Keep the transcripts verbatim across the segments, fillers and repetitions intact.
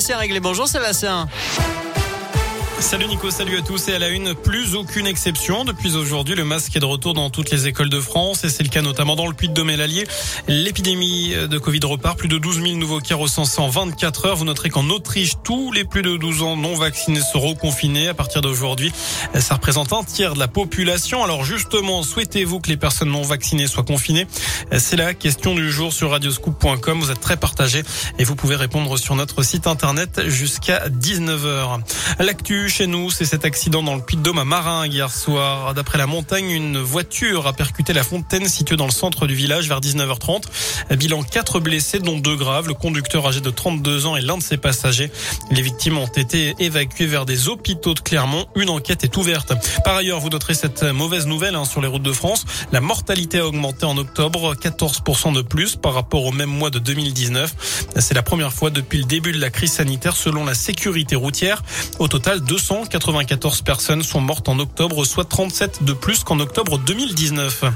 Sébastien Réglé. Bonjour Sébastien. Salut Nico, salut à tous. Et à la une, plus aucune exception. Depuis aujourd'hui, le masque est de retour dans toutes les écoles de France et c'est le cas notamment dans le Puy-de-Dôme et l'Allier. L'épidémie de Covid repart. Plus de douze mille nouveaux cas recensés en vingt-quatre heures. Vous noterez qu'en Autriche, tous les plus de douze ans non vaccinés seront confinés. À partir d'aujourd'hui, ça représente un tiers de la population. Alors justement, souhaitez-vous que les personnes non vaccinées soient confinées? C'est la question du jour sur radioscoop point com. Vous êtes très partagés et vous pouvez répondre sur notre site internet jusqu'à dix-neuf heures. L'actu chez nous, c'est cet accident dans le Puy-de-Dôme à Maringues hier soir. D'après la montagne, une voiture a percuté la fontaine située dans le centre du village vers dix-neuf heures trente. Bilan quatre blessés, dont deux graves. Le conducteur âgé de trente-deux ans et l'un de ses passagers. Les victimes ont été évacuées vers des hôpitaux de Clermont. Une enquête est ouverte. Par ailleurs, vous noterez cette mauvaise nouvelle hein, sur les routes de France. La mortalité a augmenté en octobre, quatorze pour cent de plus par rapport au même mois de deux mille dix-neuf. C'est la première fois depuis le début de la crise sanitaire selon la sécurité routière. Au total, deux cent quatre-vingt-quatorze personnes sont mortes en octobre, soit trente-sept de plus qu'en octobre deux mille dix-neuf.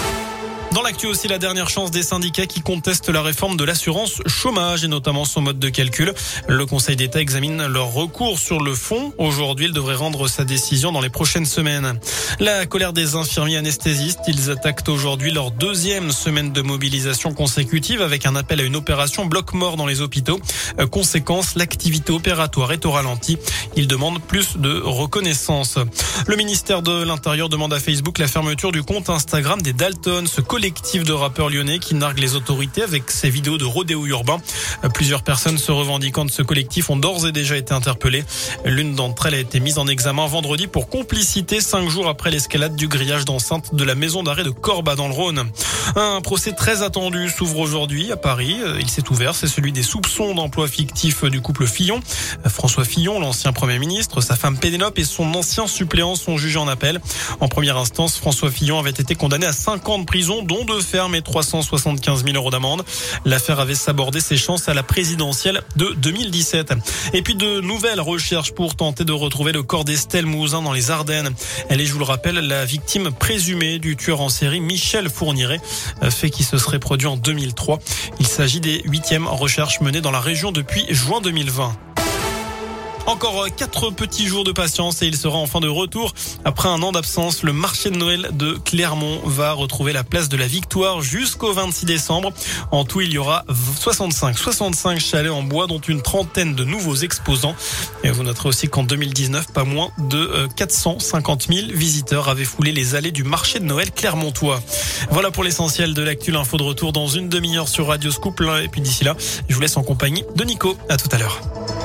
Dans l'actu aussi, la dernière chance des syndicats qui contestent la réforme de l'assurance chômage et notamment son mode de calcul. Le Conseil d'État examine leur recours sur le fond. Aujourd'hui, il devrait rendre sa décision dans les prochaines semaines. La colère des infirmiers anesthésistes, ils attaquent aujourd'hui leur deuxième semaine de mobilisation consécutive avec un appel à une opération bloc-mort dans les hôpitaux. Conséquence, l'activité opératoire est au ralenti. Ils demandent plus de reconnaissance. Le ministère de l'Intérieur demande à Facebook la fermeture du compte Instagram des Dalton, ce collectif de rappeurs lyonnais qui nargue les autorités avec ses vidéos de rodéo urbain. Plusieurs personnes se revendiquant de ce collectif ont d'ores et déjà été interpellées. L'une d'entre elles a été mise en examen vendredi pour complicité cinq jours après l'escalade du grillage d'enceinte de la maison d'arrêt de Corba dans le Rhône. Un procès très attendu s'ouvre aujourd'hui à Paris. Il s'est ouvert, c'est celui des soupçons d'emploi fictif du couple Fillon. François Fillon, l'ancien Premier ministre, sa femme Pénélope et son ancien suppléant sont jugés en appel. En première instance, François Fillon avait été condamné à cinq ans de prison, dont de ferme et trois cent soixante-quinze mille euros d'amende. L'affaire avait sabordé ses chances à la présidentielle de deux mille dix-sept. Et puis de nouvelles recherches pour tenter de retrouver le corps d'Estelle Mouzin dans les Ardennes. Elle est, je vous le rappelle, la victime présumée du tueur en série Michel Fourniret, fait qui se serait produit en deux mille trois. Il s'agit des huitièmes recherches menées dans la région depuis juin deux mille vingt. Encore quatre petits jours de patience et il sera enfin de retour. Après un an d'absence, le marché de Noël de Clermont va retrouver la place de la Victoire jusqu'au vingt-six décembre. En tout, il y aura soixante-cinq, soixante-cinq chalets en bois, dont une trentaine de nouveaux exposants. Et vous noterez aussi qu'en deux mille dix-neuf, pas moins de quatre cent cinquante mille visiteurs avaient foulé les allées du marché de Noël clermontois. Voilà pour l'essentiel de l'actu. L'info de retour dans une demi-heure sur Radio Scoop. Et puis d'ici là, je vous laisse en compagnie de Nico. À tout à l'heure.